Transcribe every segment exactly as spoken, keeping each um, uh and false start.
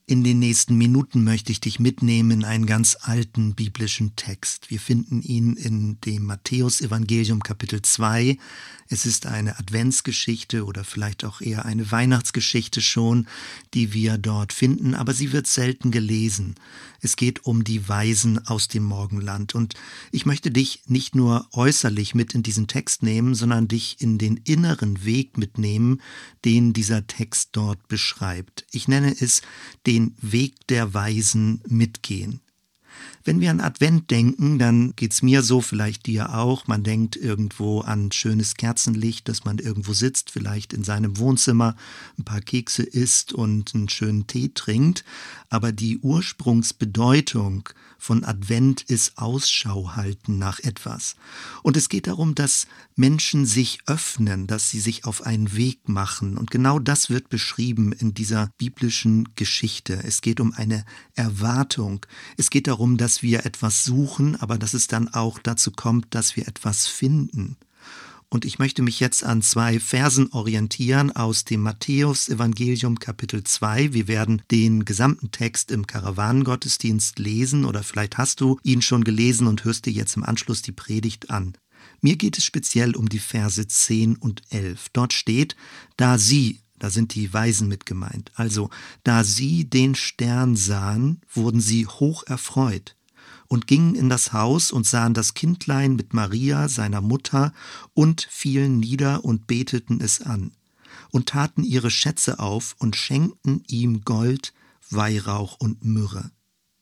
In den nächsten Minuten möchte ich dich mitnehmen in einen ganz alten biblischen Text. Wir finden ihn in dem Matthäusevangelium Kapitel zwei. Es ist eine Adventsgeschichte oder vielleicht auch eher eine Weihnachtsgeschichte schon, die wir dort finden, aber sie wird selten gelesen. Es geht um die Weisen aus dem Morgenland. Und ich möchte dich nicht nur äußerlich mit in diesen Text nehmen, sondern dich in den inneren Weg mitnehmen, den dieser Text dort beschreibt. Ich nenne es den Weg der Weisen mitgehen. Wenn wir an Advent denken, dann geht's mir so, vielleicht dir auch. Man denkt irgendwo an schönes Kerzenlicht, dass man irgendwo sitzt, vielleicht in seinem Wohnzimmer, ein paar Kekse isst und einen schönen Tee trinkt. Aber die Ursprungsbedeutung von Advent ist Ausschau halten nach etwas. Und es geht darum, dass Menschen sich öffnen, dass sie sich auf einen Weg machen. Und genau das wird beschrieben in dieser biblischen Geschichte. Es geht um eine Erwartung. Es geht darum, dass wir etwas suchen, aber dass es dann auch dazu kommt, dass wir etwas finden. Und ich möchte mich jetzt an zwei Versen orientieren aus dem Matthäusevangelium Kapitel zwei. Wir werden den gesamten Text im Karawanengottesdienst lesen oder vielleicht hast du ihn schon gelesen und hörst dir jetzt im Anschluss die Predigt an. Mir geht es speziell um die Verse zehn und elf. Dort steht, da sie, da sind die Weisen mit gemeint, also da sie den Stern sahen, wurden sie hoch erfreut und gingen in das Haus und sahen das Kindlein mit Maria, seiner Mutter, und fielen nieder und beteten es an und taten ihre Schätze auf und schenkten ihm Gold, Weihrauch und Myrrhe.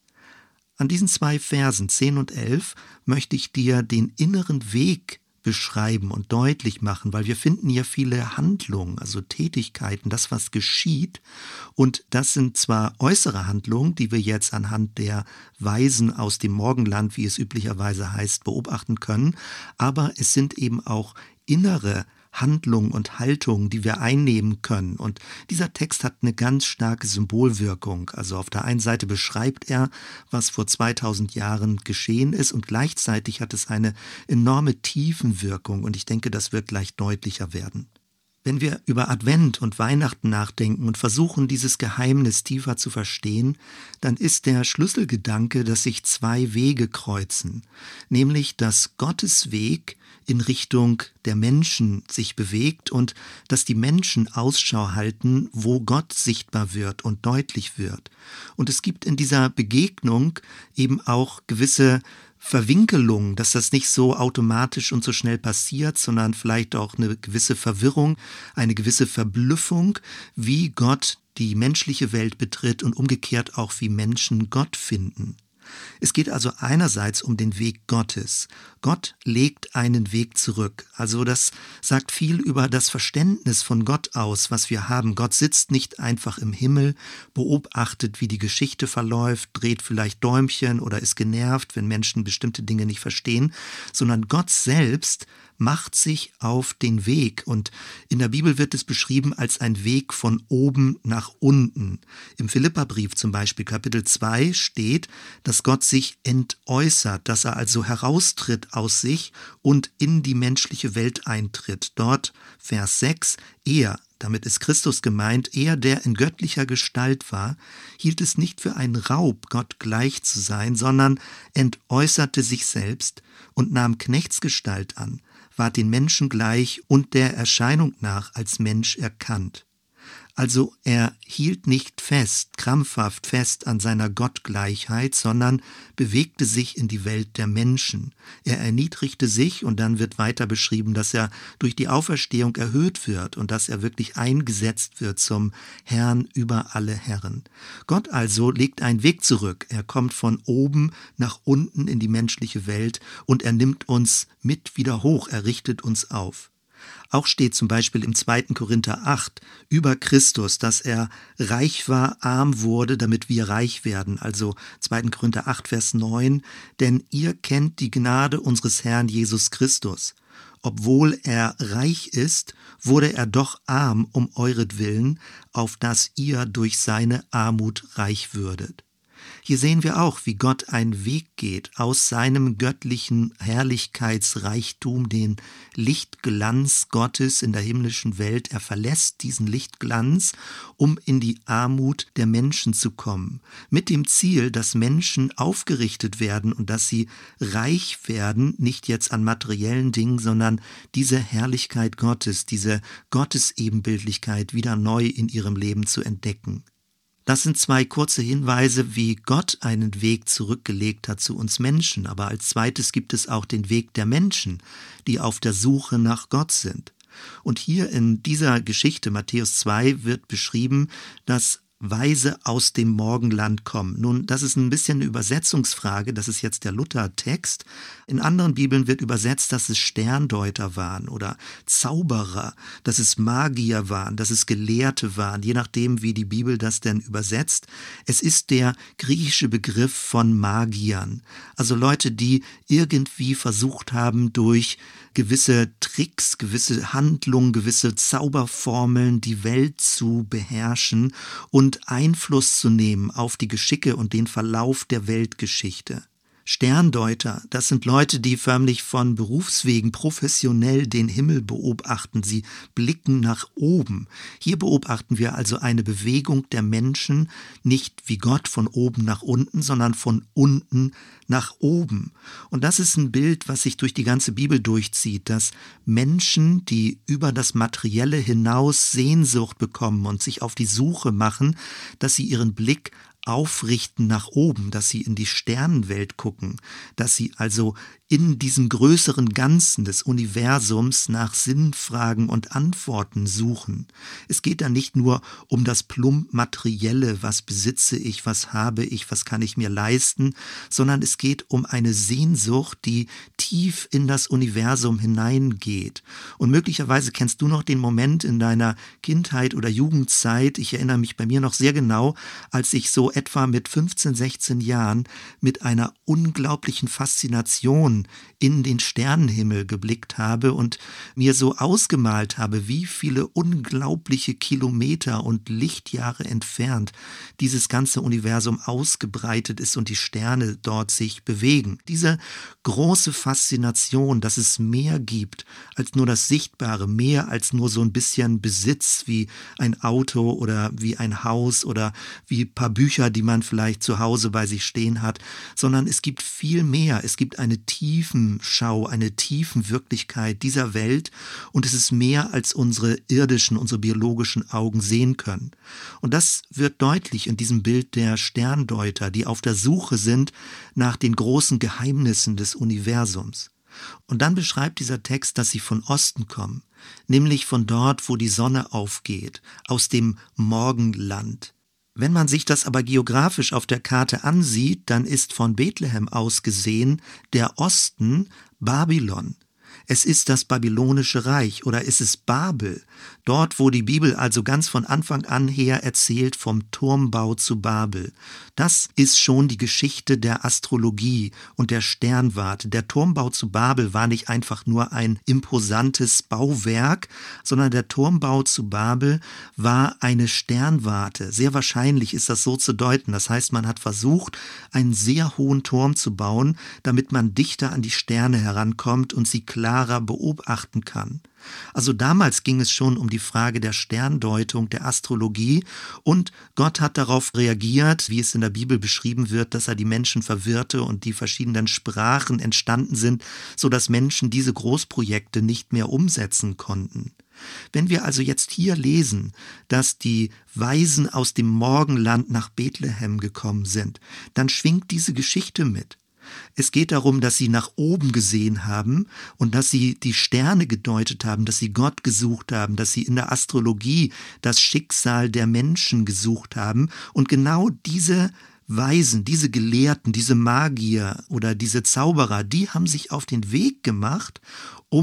An diesen zwei Versen, zehn und elf, möchte ich dir den inneren Weg beschreiben und deutlich machen, weil wir finden hier viele Handlungen, also Tätigkeiten, das, was geschieht. Und das sind zwar äußere Handlungen, die wir jetzt anhand der Weisen aus dem Morgenland, wie es üblicherweise heißt, beobachten können, aber es sind eben auch innere Handlungen und Haltungen, die wir einnehmen können. Und dieser Text hat eine ganz starke Symbolwirkung. Also auf der einen Seite beschreibt er, was vor zweitausend Jahren geschehen ist, und gleichzeitig hat es eine enorme Tiefenwirkung. Und ich denke, das wird gleich deutlicher werden. Wenn wir über Advent und Weihnachten nachdenken und versuchen, dieses Geheimnis tiefer zu verstehen, dann ist der Schlüsselgedanke, dass sich zwei Wege kreuzen, nämlich dass Gottes Weg in Richtung der Menschen sich bewegt und dass die Menschen Ausschau halten, wo Gott sichtbar wird und deutlich wird. Und es gibt in dieser Begegnung eben auch gewisse Verwinkelung, dass das nicht so automatisch und so schnell passiert, sondern vielleicht auch eine gewisse Verwirrung, eine gewisse Verblüffung, wie Gott die menschliche Welt betritt und umgekehrt auch wie Menschen Gott finden. Es geht also einerseits um den Weg Gottes. Gott legt einen Weg zurück. Also das sagt viel über das Verständnis von Gott aus, was wir haben. Gott sitzt nicht einfach im Himmel, beobachtet, wie die Geschichte verläuft, dreht vielleicht Däumchen oder ist genervt, wenn Menschen bestimmte Dinge nicht verstehen, sondern Gott selbst macht sich auf den Weg. Und in der Bibel wird es beschrieben als ein Weg von oben nach unten. Im Philipperbrief zum Beispiel Kapitel zwei steht, dass Gott sich entäußert, dass er also heraustritt aus sich und in die menschliche Welt eintritt. Dort Vers sechs, er, damit ist Christus gemeint, er, der in göttlicher Gestalt war, hielt es nicht für einen Raub, Gott gleich zu sein, sondern entäußerte sich selbst und nahm Knechtsgestalt an, ward den Menschen gleich und der Erscheinung nach als Mensch erkannt. Also er hielt nicht fest, krampfhaft fest an seiner Gottgleichheit, sondern bewegte sich in die Welt der Menschen. Er erniedrigte sich und dann wird weiter beschrieben, dass er durch die Auferstehung erhöht wird und dass er wirklich eingesetzt wird zum Herrn über alle Herren. Gott also legt einen Weg zurück. Er kommt von oben nach unten in die menschliche Welt und er nimmt uns mit wieder hoch, er richtet uns auf. Auch steht zum Beispiel im zweiten Korinther acht über Christus, dass er reich war, arm wurde, damit wir reich werden. Also zweiten Korinther acht, Vers neun. Denn ihr kennt die Gnade unseres Herrn Jesus Christus. Obwohl er reich ist, wurde er doch arm um euretwillen, auf dass ihr durch seine Armut reich würdet. Hier sehen wir auch, wie Gott einen Weg geht aus seinem göttlichen Herrlichkeitsreichtum, den Lichtglanz Gottes in der himmlischen Welt. Er verlässt diesen Lichtglanz, um in die Armut der Menschen zu kommen, mit dem Ziel, dass Menschen aufgerichtet werden und dass sie reich werden, nicht jetzt an materiellen Dingen, sondern diese Herrlichkeit Gottes, diese Gottesebenbildlichkeit wieder neu in ihrem Leben zu entdecken. Das sind zwei kurze Hinweise, wie Gott einen Weg zurückgelegt hat zu uns Menschen. Aber als zweites gibt es auch den Weg der Menschen, die auf der Suche nach Gott sind. Und hier in dieser Geschichte, Matthäus zwei, wird beschrieben, dass Weise aus dem Morgenland kommen. Nun, das ist ein bisschen eine Übersetzungsfrage, das ist jetzt der Luther-Text. In anderen Bibeln wird übersetzt, dass es Sterndeuter waren oder Zauberer, dass es Magier waren, dass es Gelehrte waren, je nachdem, wie die Bibel das denn übersetzt. Es ist der griechische Begriff von Magiern, also Leute, die irgendwie versucht haben, durch gewisse Tricks, gewisse Handlungen, gewisse Zauberformeln die Welt zu beherrschen und Einfluss zu nehmen auf die Geschicke und den Verlauf der Weltgeschichte. Sterndeuter, das sind Leute, die förmlich von Berufswegen professionell den Himmel beobachten. Sie blicken nach oben. Hier beobachten wir also eine Bewegung der Menschen, nicht wie Gott von oben nach unten, sondern von unten nach oben. Und das ist ein Bild, was sich durch die ganze Bibel durchzieht, dass Menschen, die über das Materielle hinaus Sehnsucht bekommen und sich auf die Suche machen, dass sie ihren Blick aufrichten nach oben, dass sie in die Sternenwelt gucken, dass sie also in diesem größeren Ganzen des Universums nach Sinnfragen und Antworten suchen. Es geht da nicht nur um das plump Materielle, was besitze ich, was habe ich, was kann ich mir leisten, sondern es geht um eine Sehnsucht, die tief in das Universum hineingeht. Und möglicherweise kennst du noch den Moment in deiner Kindheit oder Jugendzeit, ich erinnere mich bei mir noch sehr genau, als ich so etwa mit fünfzehn, sechzehn Jahren mit einer unglaublichen Faszination in den Sternenhimmel geblickt habe und mir so ausgemalt habe, wie viele unglaubliche Kilometer und Lichtjahre entfernt dieses ganze Universum ausgebreitet ist und die Sterne dort sich bewegen. Diese große Faszination, dass es mehr gibt als nur das Sichtbare, mehr als nur so ein bisschen Besitz wie ein Auto oder wie ein Haus oder wie ein paar Bücher, die man vielleicht zu Hause bei sich stehen hat, sondern es gibt viel mehr. Es gibt eine Tiefenschau, eine Tiefenwirklichkeit dieser Welt und es ist mehr, als unsere irdischen, unsere biologischen Augen sehen können. Und das wird deutlich in diesem Bild der Sterndeuter, die auf der Suche sind nach den großen Geheimnissen des Universums. Und dann beschreibt dieser Text, dass sie von Osten kommen, nämlich von dort, wo die Sonne aufgeht, aus dem Morgenland. Wenn man sich das aber geografisch auf der Karte ansieht, dann ist von Bethlehem aus gesehen der Osten Babylon. Es ist das babylonische Reich oder es ist Babel, dort wo die Bibel also ganz von Anfang an her erzählt vom Turmbau zu Babel. Das ist schon die Geschichte der Astrologie und der Sternwarte. Der Turmbau zu Babel war nicht einfach nur ein imposantes Bauwerk, sondern der Turmbau zu Babel war eine Sternwarte. Sehr wahrscheinlich ist das so zu deuten. Das heißt, man hat versucht, einen sehr hohen Turm zu bauen, damit man dichter an die Sterne herankommt und sie klarer beobachten kann. Also damals ging es schon um die Frage der Sterndeutung, der Astrologie und Gott hat darauf reagiert, wie es in der Bibel beschrieben wird, dass er die Menschen verwirrte und die verschiedenen Sprachen entstanden sind, sodass Menschen diese Großprojekte nicht mehr umsetzen konnten. Wenn wir also jetzt hier lesen, dass die Weisen aus dem Morgenland nach Bethlehem gekommen sind, dann schwingt diese Geschichte mit. Es geht darum, dass sie nach oben gesehen haben und dass sie die Sterne gedeutet haben, dass sie Gott gesucht haben, dass sie in der Astrologie das Schicksal der Menschen gesucht haben. Und genau diese Weisen, diese Gelehrten, diese Magier oder diese Zauberer, die haben sich auf den Weg gemacht, um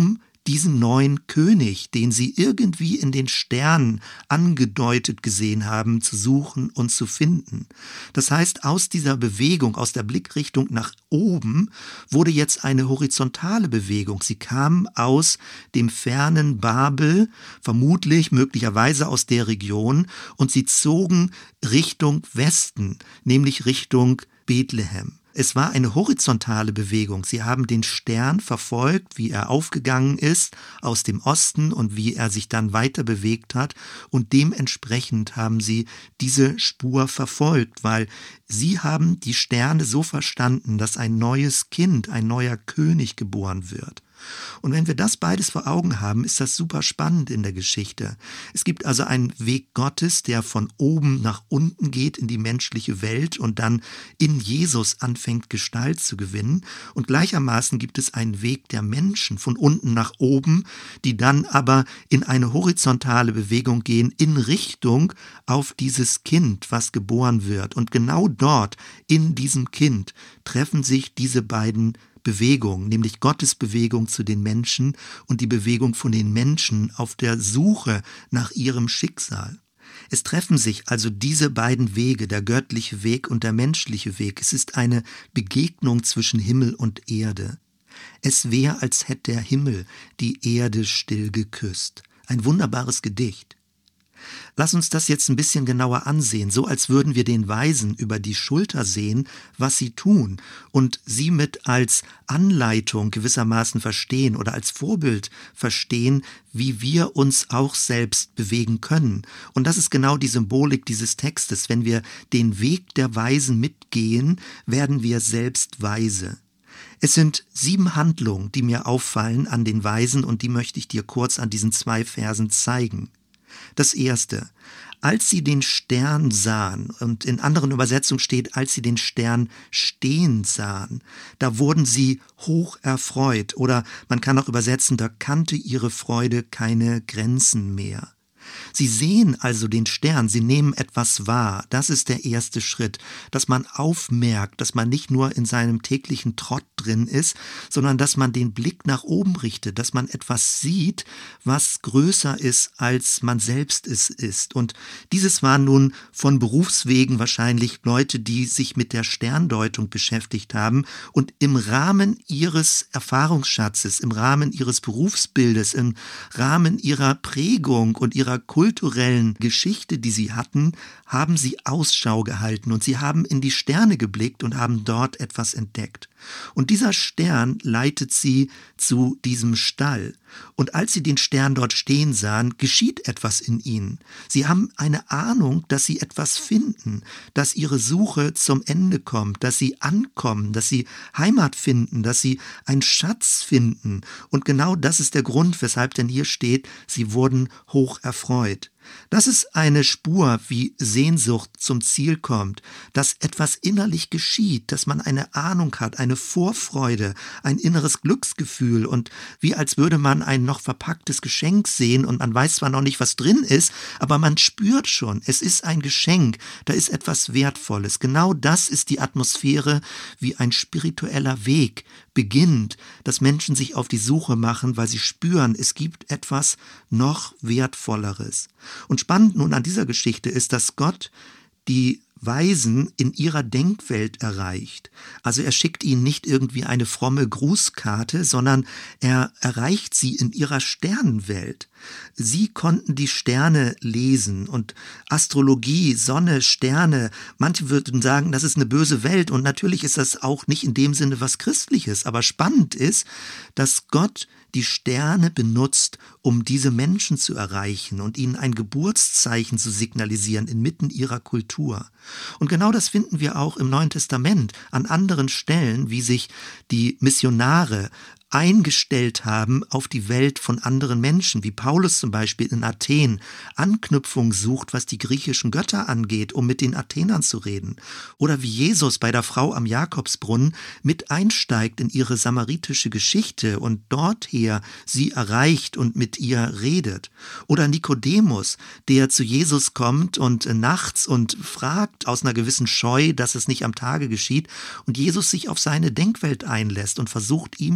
diesen neuen König, den sie irgendwie in den Sternen angedeutet gesehen haben, zu suchen und zu finden. Das heißt, aus dieser Bewegung, aus der Blickrichtung nach oben, wurde jetzt eine horizontale Bewegung. Sie kamen aus dem fernen Babel, vermutlich, möglicherweise aus der Region, und sie zogen Richtung Westen, nämlich Richtung Bethlehem. Es war eine horizontale Bewegung. Sie haben den Stern verfolgt, wie er aufgegangen ist aus dem Osten und wie er sich dann weiter bewegt hat. Und dementsprechend haben sie diese Spur verfolgt, weil sie haben die Sterne so verstanden, dass ein neues Kind, ein neuer König geboren wird. Und wenn wir das beides vor Augen haben, ist das super spannend in der Geschichte. Es gibt also einen Weg Gottes, der von oben nach unten geht in die menschliche Welt und dann in Jesus anfängt, Gestalt zu gewinnen. Und gleichermaßen gibt es einen Weg der Menschen von unten nach oben, die dann aber in eine horizontale Bewegung gehen in Richtung auf dieses Kind, was geboren wird. Und genau dort, in diesem Kind, treffen sich diese beiden Bewegung, nämlich Gottes Bewegung zu den Menschen und die Bewegung von den Menschen auf der Suche nach ihrem Schicksal. Es treffen sich also diese beiden Wege, der göttliche Weg und der menschliche Weg. Es ist eine Begegnung zwischen Himmel und Erde. Es wäre, als hätte der Himmel die Erde still geküsst. Ein wunderbares Gedicht. Lass uns das jetzt ein bisschen genauer ansehen, so als würden wir den Weisen über die Schulter sehen, was sie tun und sie mit als Anleitung gewissermaßen verstehen oder als Vorbild verstehen, wie wir uns auch selbst bewegen können. Und das ist genau die Symbolik dieses Textes. Wenn wir den Weg der Weisen mitgehen, werden wir selbst weise. Es sind sieben Handlungen, die mir auffallen an den Weisen und die möchte ich dir kurz an diesen zwei Versen zeigen. Das erste, als sie den Stern sahen, und in anderen Übersetzungen steht, als sie den Stern stehen sahen, da wurden sie hoch erfreut, oder man kann auch übersetzen, da kannte ihre Freude keine Grenzen mehr. Sie sehen also den Stern, sie nehmen etwas wahr. Das ist der erste Schritt, dass man aufmerkt, dass man nicht nur in seinem täglichen Trott drin ist, sondern dass man den Blick nach oben richtet, dass man etwas sieht, was größer ist, als man selbst es ist. Und dieses waren nun von Berufswegen wahrscheinlich Leute, die sich mit der Sterndeutung beschäftigt haben und im Rahmen ihres Erfahrungsschatzes, im Rahmen ihres Berufsbildes, im Rahmen ihrer Prägung und ihrer kulturellen Geschichte, die sie hatten, haben sie Ausschau gehalten und sie haben in die Sterne geblickt und haben dort etwas entdeckt. Und dieser Stern leitet sie zu diesem Stall. Und als sie den Stern dort stehen sahen, geschieht etwas in ihnen. Sie haben eine Ahnung, dass sie etwas finden, dass ihre Suche zum Ende kommt, dass sie ankommen, dass sie Heimat finden, dass sie einen Schatz finden. Und genau das ist der Grund, weshalb denn hier steht, sie wurden hoch erfreut. Das ist eine Spur, wie Sehnsucht zum Ziel kommt, dass etwas innerlich geschieht, dass man eine Ahnung hat, eine Vorfreude, ein inneres Glücksgefühl und wie als würde man ein noch verpacktes Geschenk sehen und man weiß zwar noch nicht, was drin ist, aber man spürt schon, es ist ein Geschenk, da ist etwas Wertvolles. Genau das ist die Atmosphäre, wie ein spiritueller Weg beginnt, dass Menschen sich auf die Suche machen, weil sie spüren, es gibt etwas noch Wertvolleres. Und spannend nun an dieser Geschichte ist, dass Gott die Weisen in ihrer Denkwelt erreicht. Also er schickt ihnen nicht irgendwie eine fromme Grußkarte, sondern er erreicht sie in ihrer Sternenwelt. Sie konnten die Sterne lesen und Astrologie, Sonne, Sterne, manche würden sagen, das ist eine böse Welt und natürlich ist das auch nicht in dem Sinne was Christliches, aber spannend ist, dass Gott die Sterne benutzt, um diese Menschen zu erreichen und ihnen ein Geburtszeichen zu signalisieren inmitten ihrer Kultur. Und genau das finden wir auch im Neuen Testament an anderen Stellen, wie sich die Missionare eingestellt haben auf die Welt von anderen Menschen, wie Paulus zum Beispiel in Athen Anknüpfung sucht, was die griechischen Götter angeht, um mit den Athenern zu reden. Oder wie Jesus bei der Frau am Jakobsbrunnen mit einsteigt in ihre samaritische Geschichte und dorther sie erreicht und mit ihr redet. Oder Nikodemus, der zu Jesus kommt und nachts und fragt aus einer gewissen Scheu, dass es nicht am Tage geschieht und Jesus sich auf seine Denkwelt einlässt und versucht, ihm Dinge zu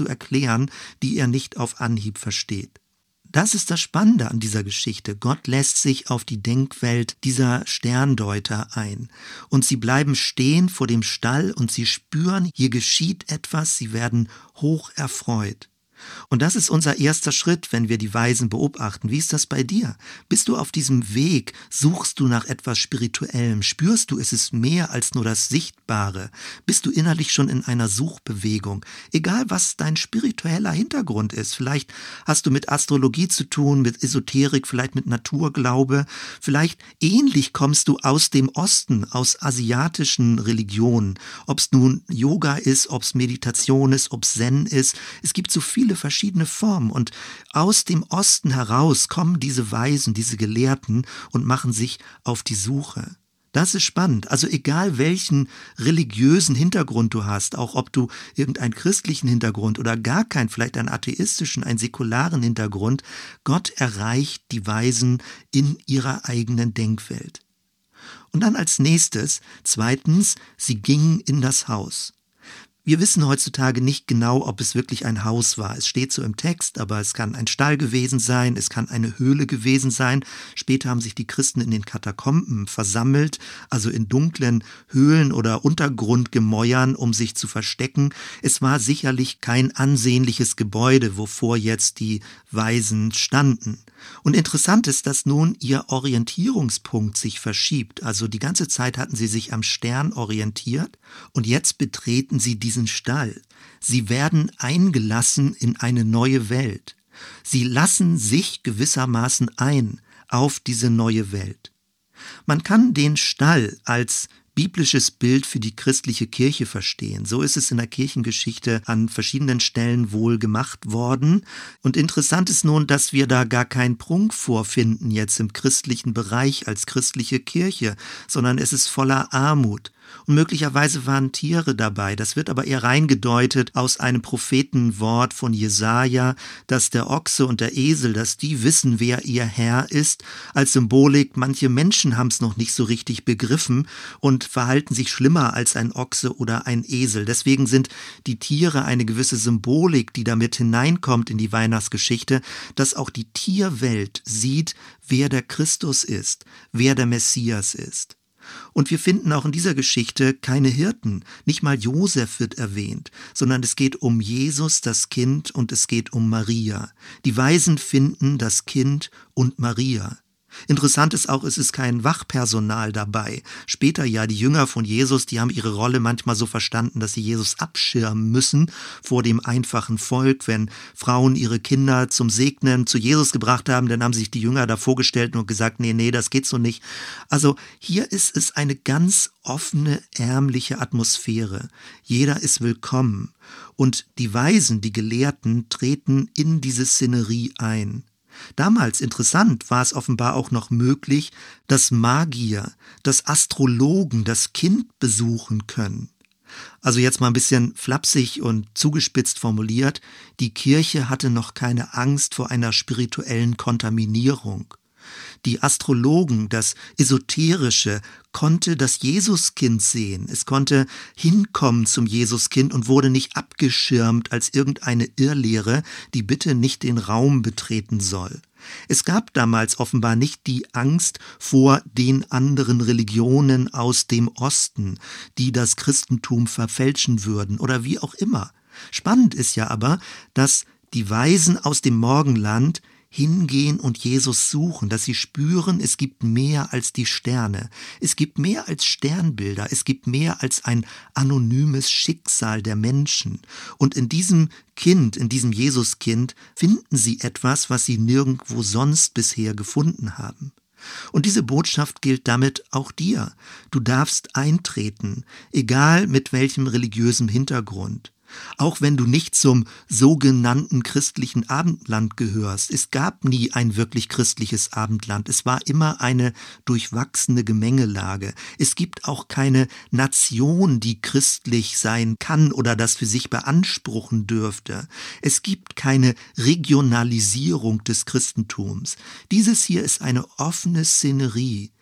erklären, die er nicht auf Anhieb versteht. Das ist das Spannende an dieser Geschichte. Gott lässt sich auf die Denkwelt dieser Sterndeuter ein. Und sie bleiben stehen vor dem Stall und sie spüren, hier geschieht etwas, sie werden hoch erfreut. Und das ist unser erster Schritt, wenn wir die Weisen beobachten. Wie ist das bei dir? Bist du auf diesem Weg? Suchst du nach etwas Spirituellem? Spürst du, es ist mehr als nur das Sichtbare? Bist du innerlich schon in einer Suchbewegung? Egal, was dein spiritueller Hintergrund ist. Vielleicht hast du mit Astrologie zu tun, mit Esoterik, vielleicht mit Naturglaube. Vielleicht ähnlich kommst du aus dem Osten, aus asiatischen Religionen. Ob es nun Yoga ist, ob es Meditation ist, ob es Zen ist. Es gibt so viele verschiedene Formen und aus dem Osten heraus kommen diese Weisen, diese Gelehrten und machen sich auf die Suche. Das ist spannend. Also egal welchen religiösen Hintergrund du hast, auch ob du irgendeinen christlichen Hintergrund oder gar keinen, vielleicht einen atheistischen, einen säkularen Hintergrund, Gott erreicht die Weisen in ihrer eigenen Denkwelt. Und dann als nächstes, zweitens, sie gingen in das Haus. Wir wissen heutzutage nicht genau, ob es wirklich ein Haus war. Es steht so im Text, aber es kann ein Stall gewesen sein, es kann eine Höhle gewesen sein. Später haben sich die Christen in den Katakomben versammelt, also in dunklen Höhlen oder Untergrundgemäuern, um sich zu verstecken. Es war sicherlich kein ansehnliches Gebäude, wovor jetzt die Weisen standen. Und interessant ist, dass nun ihr Orientierungspunkt sich verschiebt. Also die ganze Zeit hatten sie sich am Stern orientiert und jetzt betreten sie diesen Stall. Sie werden eingelassen in eine neue Welt. Sie lassen sich gewissermaßen ein auf diese neue Welt. Man kann den Stall als biblisches Bild für die christliche Kirche verstehen. So ist es in der Kirchengeschichte an verschiedenen Stellen wohl gemacht worden. Und interessant ist nun, dass wir da gar keinen Prunk vorfinden jetzt im christlichen Bereich als christliche Kirche, sondern es ist voller Armut. Und möglicherweise waren Tiere dabei. Das wird aber eher reingedeutet aus einem Prophetenwort von Jesaja, dass der Ochse und der Esel, dass die wissen, wer ihr Herr ist. Als Symbolik, manche Menschen haben es noch nicht so richtig begriffen und verhalten sich schlimmer als ein Ochse oder ein Esel. Deswegen sind die Tiere eine gewisse Symbolik, die damit hineinkommt in die Weihnachtsgeschichte, dass auch die Tierwelt sieht, wer der Christus ist, wer der Messias ist. Und wir finden auch in dieser Geschichte keine Hirten, nicht mal Josef wird erwähnt, sondern es geht um Jesus, das Kind, und es geht um Maria. Die Weisen finden das Kind und Maria. Interessant ist auch, es ist kein Wachpersonal dabei. Später ja, die Jünger von Jesus, die haben ihre Rolle manchmal so verstanden, dass sie Jesus abschirmen müssen vor dem einfachen Volk. Wenn Frauen ihre Kinder zum Segnen zu Jesus gebracht haben, dann haben sich die Jünger davor gestellt und gesagt, nee, nee, das geht so nicht. Also hier ist es eine ganz offene, ärmliche Atmosphäre. Jeder ist willkommen. Und die Weisen, die Gelehrten, treten in diese Szenerie ein. Damals, interessant, war es offenbar auch noch möglich, dass Magier, dass Astrologen das Kind besuchen können. Also jetzt mal ein bisschen flapsig und zugespitzt formuliert, die Kirche hatte noch keine Angst vor einer spirituellen Kontaminierung. Die Astrologen, das Esoterische, konnte das Jesuskind sehen. Es konnte hinkommen zum Jesuskind und wurde nicht abgeschirmt als irgendeine Irrlehre, die bitte nicht den Raum betreten soll. Es gab damals offenbar nicht die Angst vor den anderen Religionen aus dem Osten, die das Christentum verfälschen würden oder wie auch immer. Spannend ist ja aber, dass die Weisen aus dem Morgenland hingehen und Jesus suchen, dass sie spüren, es gibt mehr als die Sterne, es gibt mehr als Sternbilder, es gibt mehr als ein anonymes Schicksal der Menschen. Und in diesem Kind, in diesem Jesuskind, finden sie etwas, was sie nirgendwo sonst bisher gefunden haben. Und diese Botschaft gilt damit auch dir. Du darfst eintreten, egal mit welchem religiösen Hintergrund. Auch wenn du nicht zum sogenannten christlichen Abendland gehörst. Es gab nie ein wirklich christliches Abendland. Es war immer eine durchwachsene Gemengelage. Es gibt auch keine Nation, die christlich sein kann oder das für sich beanspruchen dürfte. Es gibt keine Regionalisierung des Christentums. Dieses hier ist eine offene Szenerie.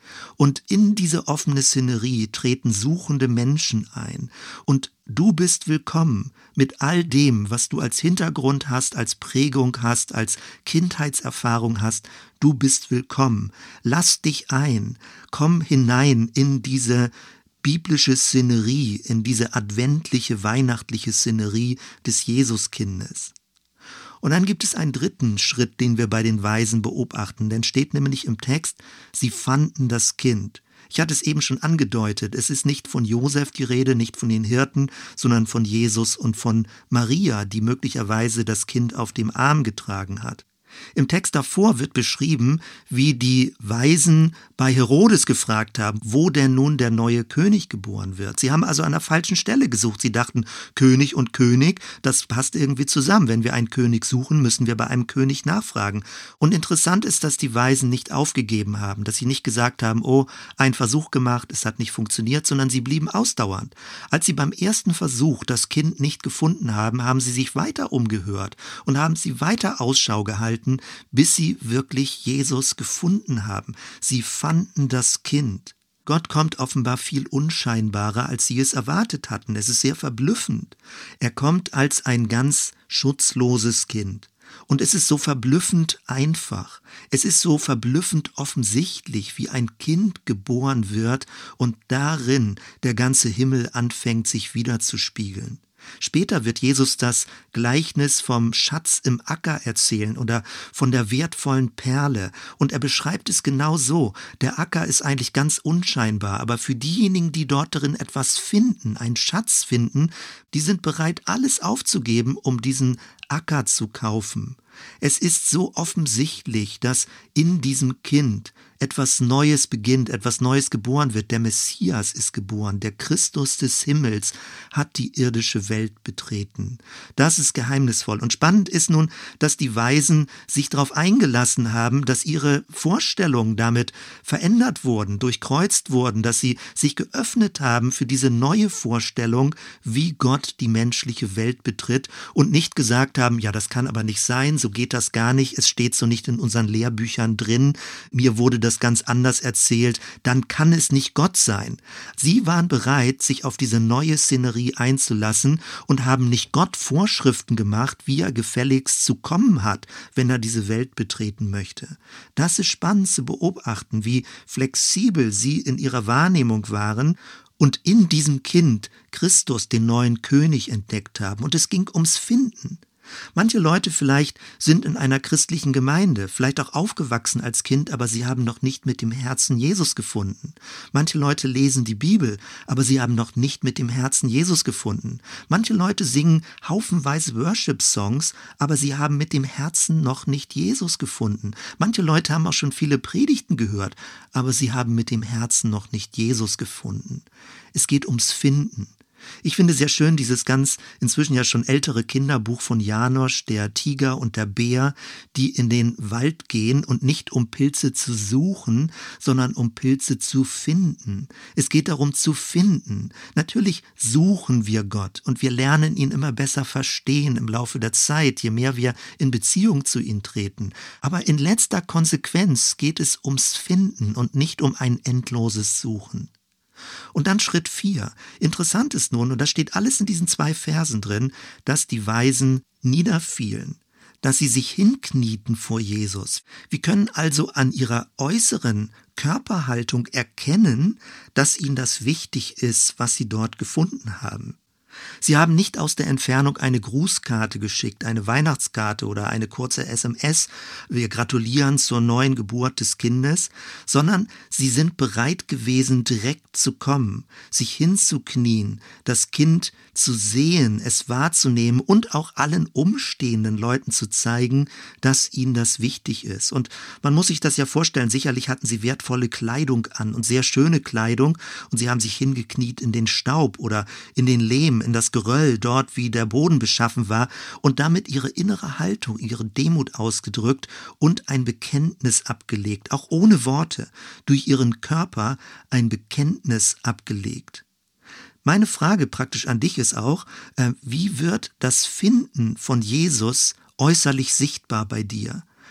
Und in diese offene Szenerie treten suchende Menschen ein. Und du bist willkommen mit all dem, was du als Hintergrund hast, als Prägung hast, als Kindheitserfahrung hast. Du bist willkommen. Lass dich ein. Komm hinein in diese biblische Szenerie, in diese adventliche, weihnachtliche Szenerie des Jesuskindes. Und dann gibt es einen dritten Schritt, den wir bei den Weisen beobachten, denn steht nämlich im Text, sie fanden das Kind. Ich hatte es eben schon angedeutet, es ist nicht von Josef die Rede, nicht von den Hirten, sondern von Jesus und von Maria, die möglicherweise das Kind auf dem Arm getragen hat. Im Text davor wird beschrieben, wie die Weisen bei Herodes gefragt haben, wo denn nun der neue König geboren wird. Sie haben also an der falschen Stelle gesucht. Sie dachten, König und König, das passt irgendwie zusammen. Wenn wir einen König suchen, müssen wir bei einem König nachfragen. Und interessant ist, dass die Weisen nicht aufgegeben haben, dass sie nicht gesagt haben, oh, ein Versuch gemacht, es hat nicht funktioniert, sondern sie blieben ausdauernd. Als sie beim ersten Versuch das Kind nicht gefunden haben, haben sie sich weiter umgehört und haben sie weiter Ausschau gehalten, bis sie wirklich Jesus gefunden haben. Sie fanden das Kind. Gott kommt offenbar viel unscheinbarer, als sie es erwartet hatten. Es ist sehr verblüffend. Er kommt als ein ganz schutzloses Kind. Und es ist so verblüffend einfach. Es ist so verblüffend offensichtlich, wie ein Kind geboren wird und darin der ganze Himmel anfängt, sich wiederzuspiegeln. Später wird Jesus das Gleichnis vom Schatz im Acker erzählen oder von der wertvollen Perle. Und er beschreibt es genau so. Der Acker ist eigentlich ganz unscheinbar, aber für diejenigen, die dort drin etwas finden, einen Schatz finden, die sind bereit, alles aufzugeben, um diesen Acker zu kaufen. Es ist so offensichtlich, dass in diesem Kind etwas Neues beginnt, etwas Neues geboren wird. Der Messias ist geboren, der Christus des Himmels hat die irdische Welt betreten. Das ist geheimnisvoll. Und spannend ist nun, dass die Weisen sich darauf eingelassen haben, dass ihre Vorstellungen damit verändert wurden, durchkreuzt wurden, dass sie sich geöffnet haben für diese neue Vorstellung, wie Gott die menschliche Welt betritt und nicht gesagt haben, ja, das kann aber nicht sein, so geht das gar nicht, es steht so nicht in unseren Lehrbüchern drin, mir wurde das ganz anders erzählt, dann kann es nicht Gott sein. Sie waren bereit, sich auf diese neue Szenerie einzulassen und haben nicht Gott Vorschriften gemacht, wie er gefälligst zu kommen hat, wenn er diese Welt betreten möchte. Das ist spannend zu beobachten, wie flexibel sie in ihrer Wahrnehmung waren und in diesem Kind Christus, den neuen König, entdeckt haben. Und es ging ums Finden. Manche Leute vielleicht sind in einer christlichen Gemeinde, vielleicht auch aufgewachsen als Kind, aber sie haben noch nicht mit dem Herzen Jesus gefunden. Manche Leute lesen die Bibel, aber sie haben noch nicht mit dem Herzen Jesus gefunden. Manche Leute singen haufenweise Worship-Songs, aber sie haben mit dem Herzen noch nicht Jesus gefunden. Manche Leute haben auch schon viele Predigten gehört, aber sie haben mit dem Herzen noch nicht Jesus gefunden. Es geht ums Finden. Ich finde sehr schön dieses ganz inzwischen ja schon ältere Kinderbuch von Janosch, der Tiger und der Bär, die in den Wald gehen und nicht um Pilze zu suchen, sondern um Pilze zu finden. Es geht darum zu finden. Natürlich suchen wir Gott und wir lernen ihn immer besser verstehen im Laufe der Zeit, je mehr wir in Beziehung zu ihm treten. Aber in letzter Konsequenz geht es ums Finden und nicht um ein endloses Suchen. Und dann Schritt vier. Interessant ist nun, und das steht alles in diesen zwei Versen drin, dass die Weisen niederfielen, dass sie sich hinknieten vor Jesus. Wir können also an ihrer äußeren Körperhaltung erkennen, dass ihnen das wichtig ist, was sie dort gefunden haben. Sie haben nicht aus der Entfernung eine Grußkarte geschickt, eine Weihnachtskarte oder eine kurze S M S, wir gratulieren zur neuen Geburt des Kindes, sondern sie sind bereit gewesen, direkt zu kommen, sich hinzuknien, das Kind zu sehen, es wahrzunehmen und auch allen umstehenden Leuten zu zeigen, dass ihnen das wichtig ist. Und man muss sich das ja vorstellen, sicherlich hatten sie wertvolle Kleidung an und sehr schöne Kleidung und sie haben sich hingekniet in den Staub oder in den Lehm, in das Geröll, dort wie der Boden beschaffen war und damit ihre innere Haltung, ihre Demut ausgedrückt und ein Bekenntnis abgelegt, auch ohne Worte, durch ihren Körper ein Bekenntnis abgelegt. Meine Frage praktisch an dich ist auch, äh, wie wird das Finden von Jesus äußerlich sichtbar bei dir?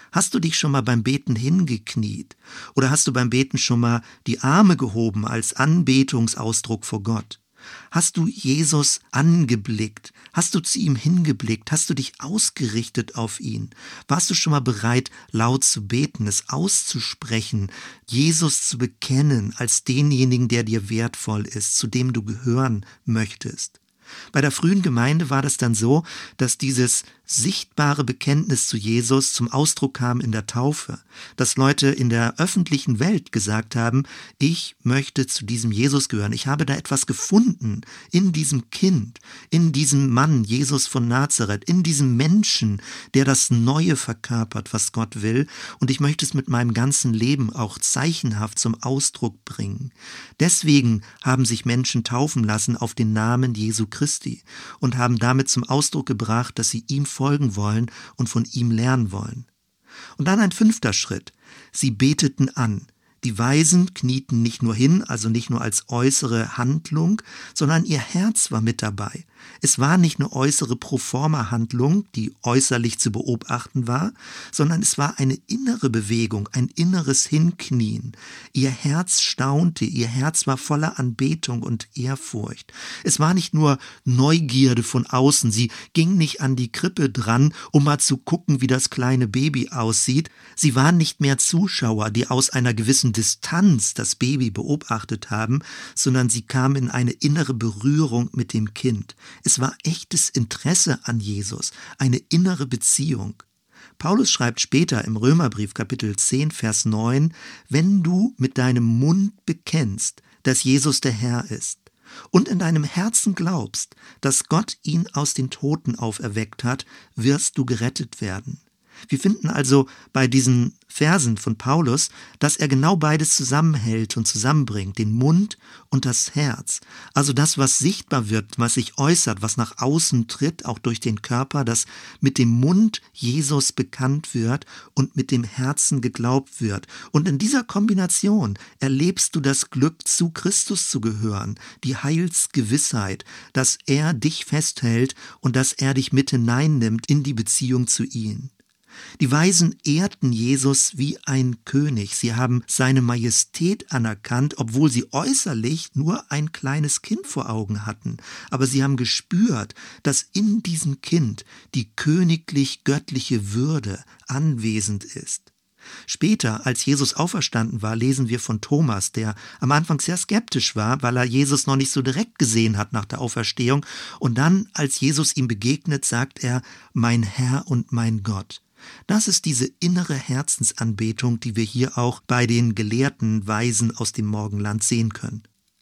Hast du dich schon mal beim Beten hingekniet? Oder hast du beim Beten schon mal die Arme gehoben als Anbetungsausdruck vor Gott? Hast du Jesus angeblickt? Hast du zu ihm hingeblickt? Hast du dich ausgerichtet auf ihn? Warst du schon mal bereit, laut zu beten, es auszusprechen, Jesus zu bekennen als denjenigen, der dir wertvoll ist, zu dem du gehören möchtest? Bei der frühen Gemeinde war das dann so, dass dieses sichtbare Bekenntnis zu Jesus zum Ausdruck kam in der Taufe, dass Leute in der öffentlichen Welt gesagt haben, ich möchte zu diesem Jesus gehören, ich habe da etwas gefunden in diesem Kind, in diesem Mann, Jesus von Nazareth, in diesem Menschen, der das Neue verkörpert, was Gott will, und ich möchte es mit meinem ganzen Leben auch zeichenhaft zum Ausdruck bringen. Deswegen haben sich Menschen taufen lassen auf den Namen Jesu Christi und haben damit zum Ausdruck gebracht, dass sie ihm folgen wollen und von ihm lernen wollen. Und dann ein fünfter Schritt. Sie beteten an. Die Weisen knieten nicht nur hin, also nicht nur als äußere Handlung, sondern ihr Herz war mit dabei. Es war nicht eine äußere Proforma-Handlung, die äußerlich zu beobachten war, sondern es war eine innere Bewegung, ein inneres Hinknien. Ihr Herz staunte, ihr Herz war voller Anbetung und Ehrfurcht. Es war nicht nur Neugierde von außen, sie ging nicht an die Krippe dran, um mal zu gucken, wie das kleine Baby aussieht. Sie waren nicht mehr Zuschauer, die aus einer gewissen Distanz das Baby beobachtet haben, sondern sie kamen in eine innere Berührung mit dem Kind. Es war echtes Interesse an Jesus, eine innere Beziehung. Paulus schreibt später im Römerbrief Kapitel zehn, Vers neun, wenn du mit deinem Mund bekennst, dass Jesus der Herr ist, und in deinem Herzen glaubst, dass Gott ihn aus den Toten auferweckt hat, wirst du gerettet werden. Wir finden also bei diesen Versen von Paulus, dass er genau beides zusammenhält und zusammenbringt, den Mund und das Herz. Also das, was sichtbar wird, was sich äußert, was nach außen tritt, auch durch den Körper, dass mit dem Mund Jesus bekannt wird und mit dem Herzen geglaubt wird. Und in dieser Kombination erlebst du das Glück, zu Christus zu gehören, die Heilsgewissheit, dass er dich festhält und dass er dich mit hineinnimmt in die Beziehung zu ihm. Die Weisen ehrten Jesus wie ein König. Sie haben seine Majestät anerkannt, obwohl sie äußerlich nur ein kleines Kind vor Augen hatten. Aber sie haben gespürt, dass in diesem Kind die königlich-göttliche Würde anwesend ist. Später, als Jesus auferstanden war, lesen wir von Thomas, der am Anfang sehr skeptisch war, weil er Jesus noch nicht so direkt gesehen hat nach der Auferstehung. Und dann, als Jesus ihm begegnet, sagt er, mein Herr und mein Gott. Das ist diese innere Herzensanbetung, die wir hier auch bei den gelehrten Weisen aus dem Morgenland sehen können.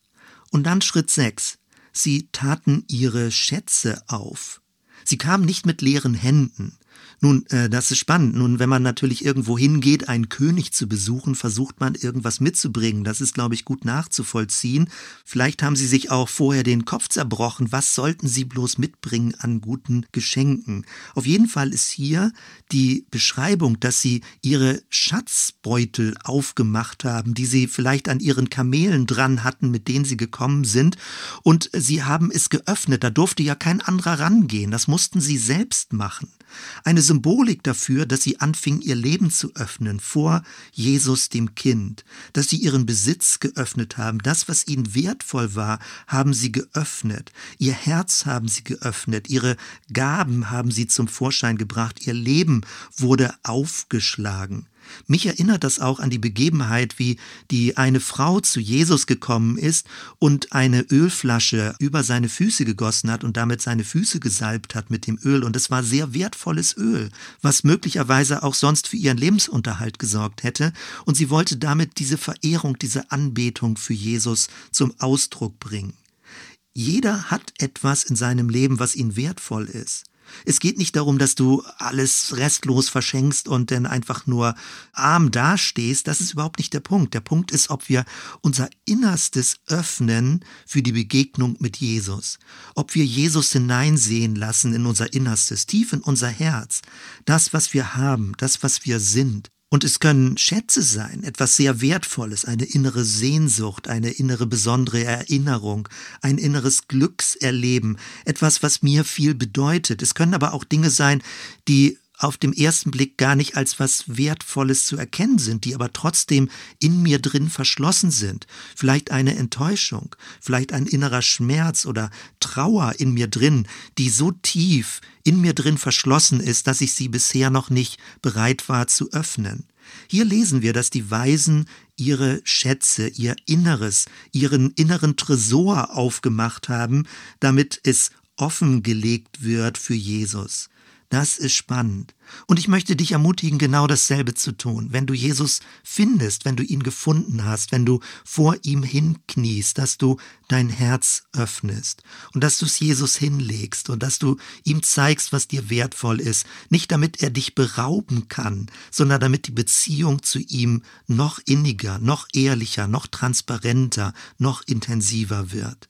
Und dann Schritt sechs. Sie taten ihre Schätze auf. Sie kamen nicht mit leeren Händen. Nun, äh, das ist spannend. Nun, wenn man natürlich irgendwo hingeht, einen König zu besuchen, versucht man irgendwas mitzubringen. Das ist, glaube ich, gut nachzuvollziehen. Vielleicht haben sie sich auch vorher den Kopf zerbrochen. Was sollten sie bloß mitbringen an guten Geschenken? Auf jeden Fall ist hier die Beschreibung, dass sie ihre Schatzbeutel aufgemacht haben, die sie vielleicht an ihren Kamelen dran hatten, mit denen sie gekommen sind. Und sie haben es geöffnet. Da durfte ja kein anderer rangehen. Das mussten sie selbst machen. Eine Symbolik dafür, dass sie anfingen, ihr Leben zu öffnen vor Jesus, dem Kind, dass sie ihren Besitz geöffnet haben, das, was ihnen wertvoll war, haben sie geöffnet, ihr Herz haben sie geöffnet, ihre Gaben haben sie zum Vorschein gebracht, ihr Leben wurde aufgeschlagen. Mich erinnert das auch an die Begebenheit, wie die eine Frau zu Jesus gekommen ist und eine Ölflasche über seine Füße gegossen hat und damit seine Füße gesalbt hat mit dem Öl. Und es war sehr wertvolles Öl, was möglicherweise auch sonst für ihren Lebensunterhalt gesorgt hätte. Und sie wollte damit diese Verehrung, diese Anbetung für Jesus zum Ausdruck bringen. Jeder hat etwas in seinem Leben, was ihm wertvoll ist. Es geht nicht darum, dass du alles restlos verschenkst und dann einfach nur arm dastehst. Das ist überhaupt nicht der Punkt. Der Punkt ist, ob wir unser Innerstes öffnen für die Begegnung mit Jesus. Ob wir Jesus hineinsehen lassen in unser Innerstes, tief in unser Herz. Das, was wir haben, das, was wir sind. Und es können Schätze sein, etwas sehr Wertvolles, eine innere Sehnsucht, eine innere besondere Erinnerung, ein inneres Glückserleben, etwas, was mir viel bedeutet. Es können aber auch Dinge sein, die auf dem ersten Blick gar nicht als was Wertvolles zu erkennen sind, die aber trotzdem in mir drin verschlossen sind. Vielleicht eine Enttäuschung, vielleicht ein innerer Schmerz oder Trauer in mir drin, die so tief in mir drin verschlossen ist, dass ich sie bisher noch nicht bereit war zu öffnen. Hier lesen wir, dass die Weisen ihre Schätze, ihr Inneres, ihren inneren Tresor aufgemacht haben, damit es offengelegt wird für Jesus. Das ist spannend. Und ich möchte dich ermutigen, genau dasselbe zu tun. Wenn du Jesus findest, wenn du ihn gefunden hast, wenn du vor ihm hinkniest, dass du dein Herz öffnest und dass du es Jesus hinlegst und dass du ihm zeigst, was dir wertvoll ist. Nicht damit er dich berauben kann, sondern damit die Beziehung zu ihm noch inniger, noch ehrlicher, noch transparenter, noch intensiver wird.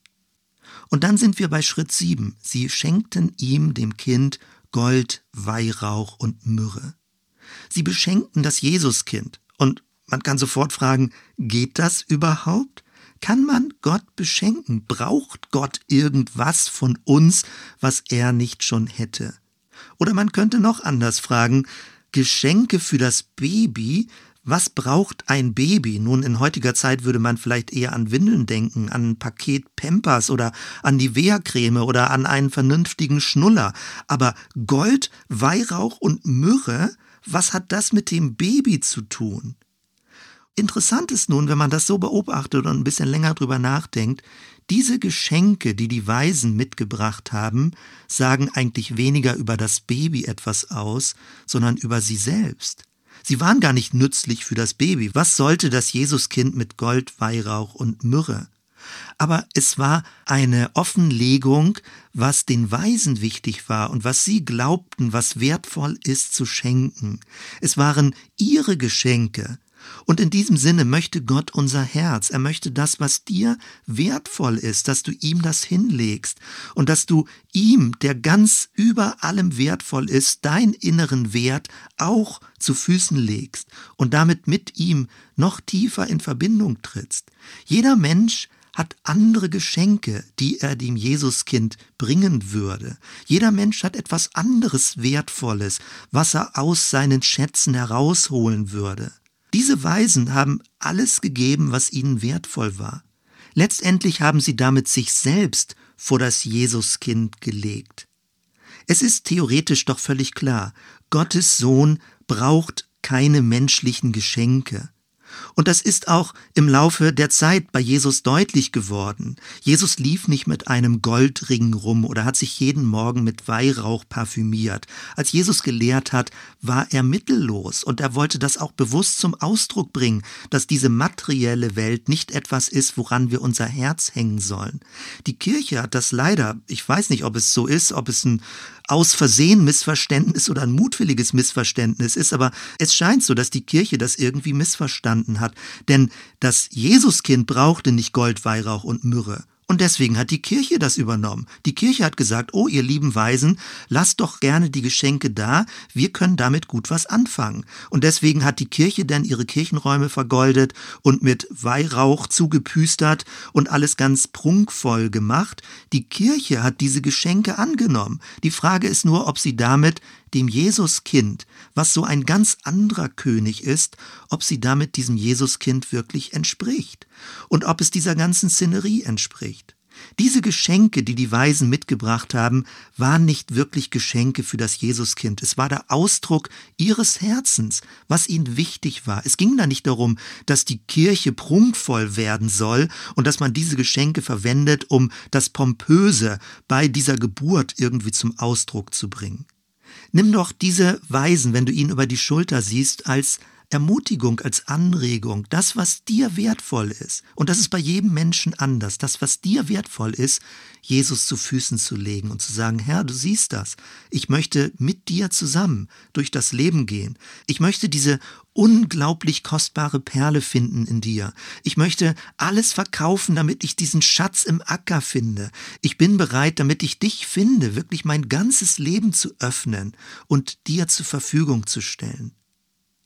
Und dann sind wir bei Schritt sieben. Sie schenkten ihm, dem Kind, Gold, Weihrauch und Myrrhe. Sie beschenkten das Jesuskind. Und man kann sofort fragen, geht das überhaupt? Kann man Gott beschenken? Braucht Gott irgendwas von uns, was er nicht schon hätte? Oder man könnte noch anders fragen, Geschenke für das Baby? Was braucht ein Baby? Nun, in heutiger Zeit würde man vielleicht eher an Windeln denken, an ein Paket Pampers oder an Nivea-Creme oder an einen vernünftigen Schnuller. Aber Gold, Weihrauch und Myrrhe, was hat das mit dem Baby zu tun? Interessant ist nun, wenn man das so beobachtet und ein bisschen länger drüber nachdenkt, diese Geschenke, die die Weisen mitgebracht haben, sagen eigentlich weniger über das Baby etwas aus, sondern über sie selbst. Sie waren gar nicht nützlich für das Baby. Was sollte das Jesuskind mit Gold, Weihrauch und Myrrhe? Aber es war eine Offenlegung, was den Weisen wichtig war und was sie glaubten, was wertvoll ist zu schenken. Es waren ihre Geschenke. Und in diesem Sinne möchte Gott unser Herz. Er möchte das, was dir wertvoll ist, dass du ihm das hinlegst und dass du ihm, der ganz über allem wertvoll ist, deinen inneren Wert auch zu Füßen legst und damit mit ihm noch tiefer in Verbindung trittst. Jeder Mensch hat andere Geschenke, die er dem Jesuskind bringen würde. Jeder Mensch hat etwas anderes Wertvolles, was er aus seinen Schätzen herausholen würde. Diese Weisen haben alles gegeben, was ihnen wertvoll war. Letztendlich haben sie damit sich selbst vor das Jesuskind gelegt. Es ist theoretisch doch völlig klar, Gottes Sohn braucht keine menschlichen Geschenke. Und das ist auch im Laufe der Zeit bei Jesus deutlich geworden. Jesus lief nicht mit einem Goldring rum oder hat sich jeden Morgen mit Weihrauch parfümiert. Als Jesus gelehrt hat, war er mittellos und er wollte das auch bewusst zum Ausdruck bringen, dass diese materielle Welt nicht etwas ist, woran wir unser Herz hängen sollen. Die Kirche hat das leider, ich weiß nicht, ob es so ist, ob es ein aus Versehen Missverständnis oder ein mutwilliges Missverständnis ist, aber es scheint so, dass die Kirche das irgendwie missverstanden hat. Denn das Jesuskind brauchte nicht Gold, Weihrauch und Myrrhe. Und deswegen hat die Kirche das übernommen. Die Kirche hat gesagt, oh ihr lieben Weisen, lasst doch gerne die Geschenke da, wir können damit gut was anfangen. Und deswegen hat die Kirche dann ihre Kirchenräume vergoldet und mit Weihrauch zugepüstert und alles ganz prunkvoll gemacht. Die Kirche hat diese Geschenke angenommen. Die Frage ist nur, ob sie damit dem Jesuskind, was so ein ganz anderer König ist, ob sie damit diesem Jesuskind wirklich entspricht und ob es dieser ganzen Szenerie entspricht. Diese Geschenke, die die Weisen mitgebracht haben, waren nicht wirklich Geschenke für das Jesuskind. Es war der Ausdruck ihres Herzens, was ihnen wichtig war. Es ging da nicht darum, dass die Kirche prunkvoll werden soll und dass man diese Geschenke verwendet, um das Pompöse bei dieser Geburt irgendwie zum Ausdruck zu bringen. Nimm doch diese Weisen, wenn du ihn über die Schulter siehst, als Ermutigung, als Anregung, das, was dir wertvoll ist. Und das ist bei jedem Menschen anders. Das, was dir wertvoll ist, Jesus zu Füßen zu legen und zu sagen, Herr, du siehst das. Ich möchte mit dir zusammen durch das Leben gehen. Ich möchte diese unglaublich kostbare Perle finden in dir. Ich möchte alles verkaufen, damit ich diesen Schatz im Acker finde. Ich bin bereit, damit ich dich finde, wirklich mein ganzes Leben zu öffnen und dir zur Verfügung zu stellen.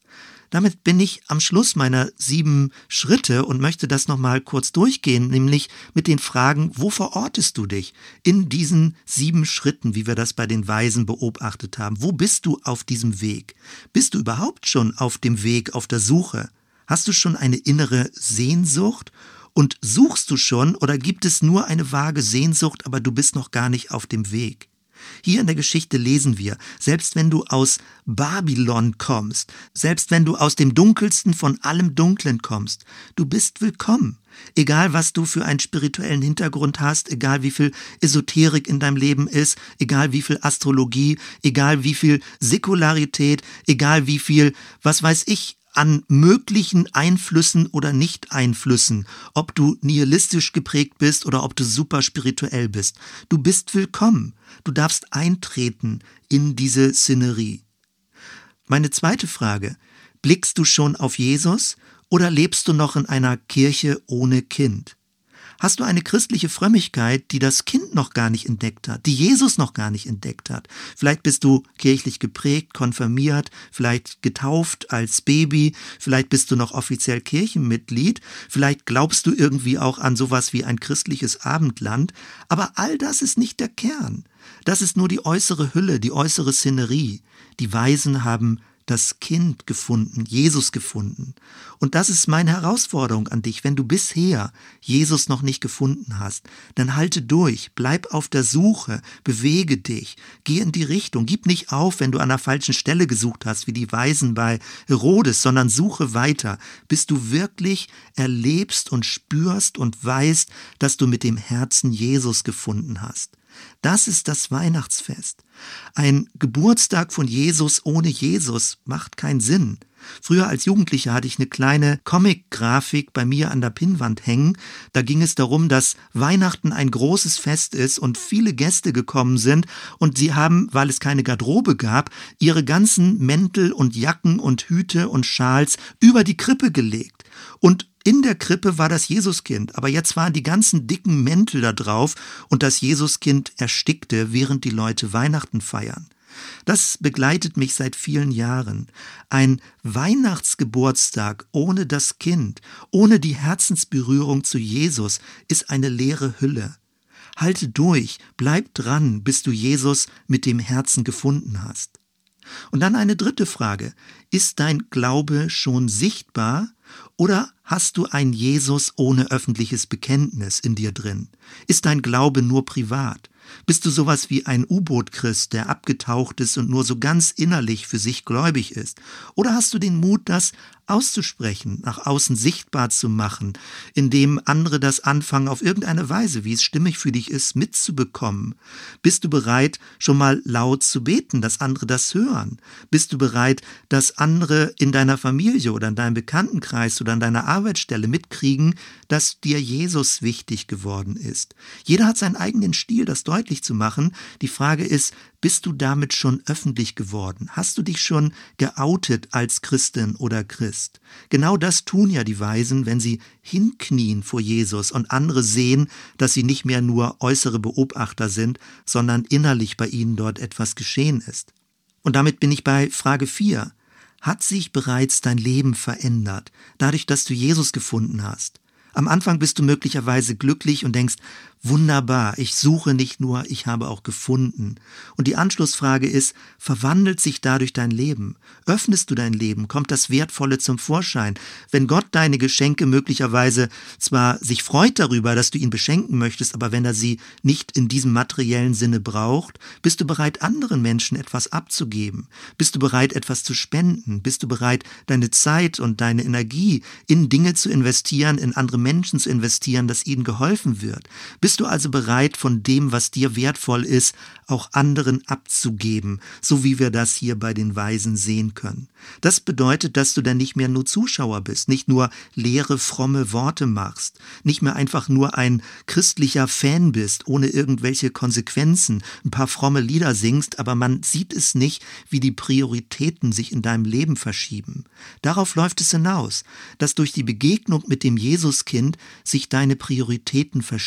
Damit bin ich am Schluss meiner sieben Schritte und möchte das nochmal kurz durchgehen, nämlich mit den Fragen, wo verortest du dich in diesen sieben Schritten, wie wir das bei den Weisen beobachtet haben? Wo bist du auf diesem Weg? Bist du überhaupt schon auf dem Weg, auf der Suche? Hast du schon eine innere Sehnsucht? Und suchst du schon oder gibt es nur eine vage Sehnsucht, aber du bist noch gar nicht auf dem Weg? Hier in der Geschichte lesen wir, selbst wenn du aus Babylon kommst, selbst wenn du aus dem Dunkelsten von allem Dunklen kommst, du bist willkommen. Egal, was du für einen spirituellen Hintergrund hast, egal wie viel Esoterik in deinem Leben ist, egal wie viel Astrologie, egal wie viel Säkularität, egal wie viel, was weiß ich, an möglichen Einflüssen oder Nicht-Einflüssen, ob du nihilistisch geprägt bist oder ob du super spirituell bist. Du bist willkommen. Du darfst eintreten in diese Szenerie. Meine zweite Frage: Blickst du schon auf Jesus oder lebst du noch in einer Kirche ohne Kind? Hast du eine christliche Frömmigkeit, die das Kind noch gar nicht entdeckt hat, die Jesus noch gar nicht entdeckt hat? Vielleicht bist du kirchlich geprägt, konfirmiert, vielleicht getauft als Baby, vielleicht bist du noch offiziell Kirchenmitglied, vielleicht glaubst du irgendwie auch an sowas wie ein christliches Abendland, aber all das ist nicht der Kern. Das ist nur die äußere Hülle, die äußere Szenerie. Die Weisen haben das Kind gefunden, Jesus gefunden. Und das ist meine Herausforderung an dich. Wenn du bisher Jesus noch nicht gefunden hast, dann halte durch, bleib auf der Suche, bewege dich, geh in die Richtung. Gib nicht auf, wenn du an der falschen Stelle gesucht hast, wie die Weisen bei Herodes, sondern suche weiter, bis du wirklich erlebst und spürst und weißt, dass du mit dem Herzen Jesus gefunden hast. Das ist das Weihnachtsfest. Ein Geburtstag von Jesus ohne Jesus macht keinen Sinn. Früher als Jugendlicher hatte ich eine kleine Comic-Grafik bei mir an der Pinnwand hängen. Da ging es darum, dass Weihnachten ein großes Fest ist und viele Gäste gekommen sind und sie haben, weil es keine Garderobe gab, ihre ganzen Mäntel und Jacken und Hüte und Schals über die Krippe gelegt. Und in der Krippe war das Jesuskind, aber jetzt waren die ganzen dicken Mäntel da drauf und das Jesuskind erstickte, während die Leute Weihnachten feiern. Das begleitet mich seit vielen Jahren. Ein Weihnachtsgeburtstag ohne das Kind, ohne die Herzensberührung zu Jesus, ist eine leere Hülle. Halte durch, bleib dran, bis du Jesus mit dem Herzen gefunden hast. Und dann eine dritte Frage: Ist dein Glaube schon sichtbar oder hast du einen Jesus ohne öffentliches Bekenntnis in dir drin? Ist dein Glaube nur privat? Bist du sowas wie ein U-Boot-Christ, der abgetaucht ist und nur so ganz innerlich für sich gläubig ist? Oder hast du den Mut, das auszusprechen, nach außen sichtbar zu machen, indem andere das anfangen, auf irgendeine Weise, wie es stimmig für dich ist, mitzubekommen? Bist du bereit, schon mal laut zu beten, dass andere das hören? Bist du bereit, dass andere in deiner Familie oder in deinem Bekanntenkreis oder an deiner Arbeitsstelle mitkriegen, dass dir Jesus wichtig geworden ist? Jeder hat seinen eigenen Stil, das deutlich zu machen. Die Frage ist, bist du damit schon öffentlich geworden? Hast du dich schon geoutet als Christin oder Christ? Genau das tun ja die Weisen, wenn sie hinknien vor Jesus und andere sehen, dass sie nicht mehr nur äußere Beobachter sind, sondern innerlich bei ihnen dort etwas geschehen ist. Und damit bin ich bei Frage vier. Hat sich bereits dein Leben verändert, dadurch, dass du Jesus gefunden hast? Am Anfang bist du möglicherweise glücklich und denkst, wunderbar, ich suche nicht nur, ich habe auch gefunden. Und die Anschlussfrage ist, verwandelt sich dadurch dein Leben? Öffnest du dein Leben? Kommt das Wertvolle zum Vorschein? Wenn Gott deine Geschenke möglicherweise zwar sich freut darüber, dass du ihn beschenken möchtest, aber wenn er sie nicht in diesem materiellen Sinne braucht, bist du bereit, anderen Menschen etwas abzugeben? Bist du bereit, etwas zu spenden? Bist du bereit, deine Zeit und deine Energie in Dinge zu investieren, in andere Menschen zu investieren, dass ihnen geholfen wird? Bist du also bereit, von dem, was dir wertvoll ist, auch anderen abzugeben, so wie wir das hier bei den Weisen sehen können? Das bedeutet, dass du dann nicht mehr nur Zuschauer bist, nicht nur leere, fromme Worte machst, nicht mehr einfach nur ein christlicher Fan bist, ohne irgendwelche Konsequenzen, ein paar fromme Lieder singst, aber man sieht es nicht, wie die Prioritäten sich in deinem Leben verschieben. Darauf läuft es hinaus, dass durch die Begegnung mit dem Jesuskind sich deine Prioritäten verschieben.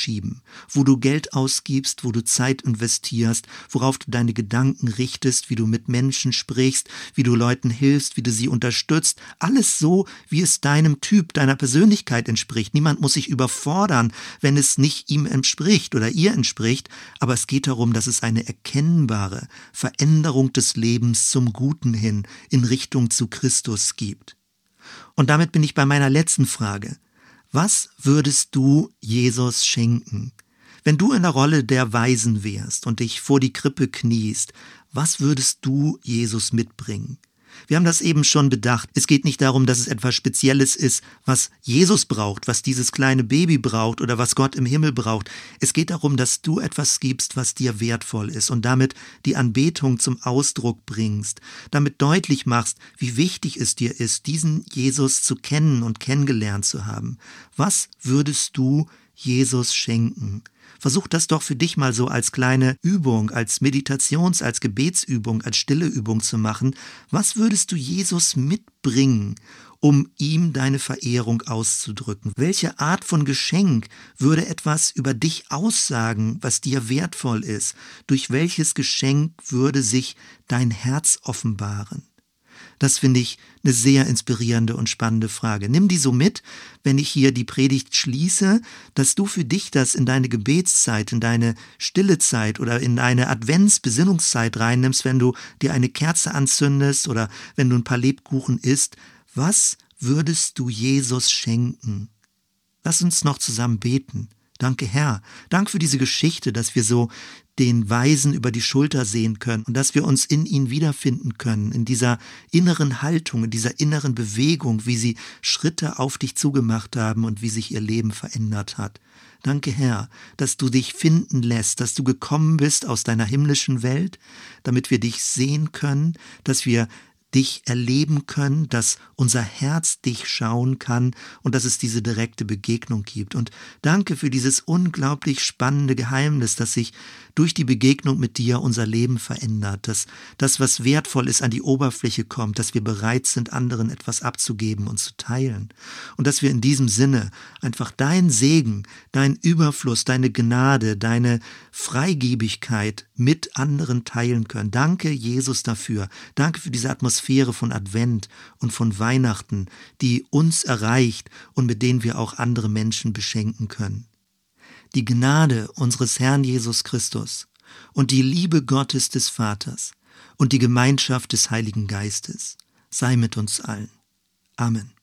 wo du Geld ausgibst, wo du Zeit investierst, worauf du deine Gedanken richtest, wie du mit Menschen sprichst, wie du Leuten hilfst, wie du sie unterstützt. Alles so, wie es deinem Typ, deiner Persönlichkeit entspricht. Niemand muss sich überfordern, wenn es nicht ihm entspricht oder ihr entspricht, aber es geht darum, dass es eine erkennbare Veränderung des Lebens zum Guten hin in Richtung zu Christus gibt. Und damit bin ich bei meiner letzten Frage. Was würdest du Jesus schenken? Wenn du in der Rolle der Weisen wärst und dich vor die Krippe kniest, was würdest du Jesus mitbringen? Wir haben das eben schon bedacht. Es geht nicht darum, dass es etwas Spezielles ist, was Jesus braucht, was dieses kleine Baby braucht oder was Gott im Himmel braucht. Es geht darum, dass du etwas gibst, was dir wertvoll ist und damit die Anbetung zum Ausdruck bringst, damit deutlich machst, wie wichtig es dir ist, diesen Jesus zu kennen und kennengelernt zu haben. Was würdest du Jesus schenken? Versuch das doch für dich mal so als kleine Übung, als Meditations-, als Gebetsübung, als stille Übung zu machen. Was würdest du Jesus mitbringen, um ihm deine Verehrung auszudrücken? Welche Art von Geschenk würde etwas über dich aussagen, was dir wertvoll ist? Durch welches Geschenk würde sich dein Herz offenbaren? Das finde ich eine sehr inspirierende und spannende Frage. Nimm die so mit, wenn ich hier die Predigt schließe, dass du für dich das in deine Gebetszeit, in deine stille Zeit oder in eine Advents-Besinnungszeit reinnimmst, wenn du dir eine Kerze anzündest oder wenn du ein paar Lebkuchen isst. Was würdest du Jesus schenken? Lass uns noch zusammen beten. Danke, Herr. Dank für diese Geschichte, dass wir so den Weisen über die Schulter sehen können und dass wir uns in ihn wiederfinden können, in dieser inneren Haltung, in dieser inneren Bewegung, wie sie Schritte auf dich zugemacht haben und wie sich ihr Leben verändert hat. Danke, Herr, dass du dich finden lässt, dass du gekommen bist aus deiner himmlischen Welt, damit wir dich sehen können, dass wir dich erleben können, dass unser Herz dich schauen kann und dass es diese direkte Begegnung gibt. Und danke für dieses unglaublich spannende Geheimnis, dass sich durch die Begegnung mit dir unser Leben verändert, dass das, was wertvoll ist, an die Oberfläche kommt, dass wir bereit sind, anderen etwas abzugeben und zu teilen. Und dass wir in diesem Sinne einfach dein Segen, dein Überfluss, deine Gnade, deine Freigebigkeit mit anderen teilen können. Danke, Jesus, dafür. Danke für diese Atmosphäre von Advent und von Weihnachten, die uns erreicht und mit denen wir auch andere Menschen beschenken können. Die Gnade unseres Herrn Jesus Christus und die Liebe Gottes des Vaters und die Gemeinschaft des Heiligen Geistes sei mit uns allen. Amen.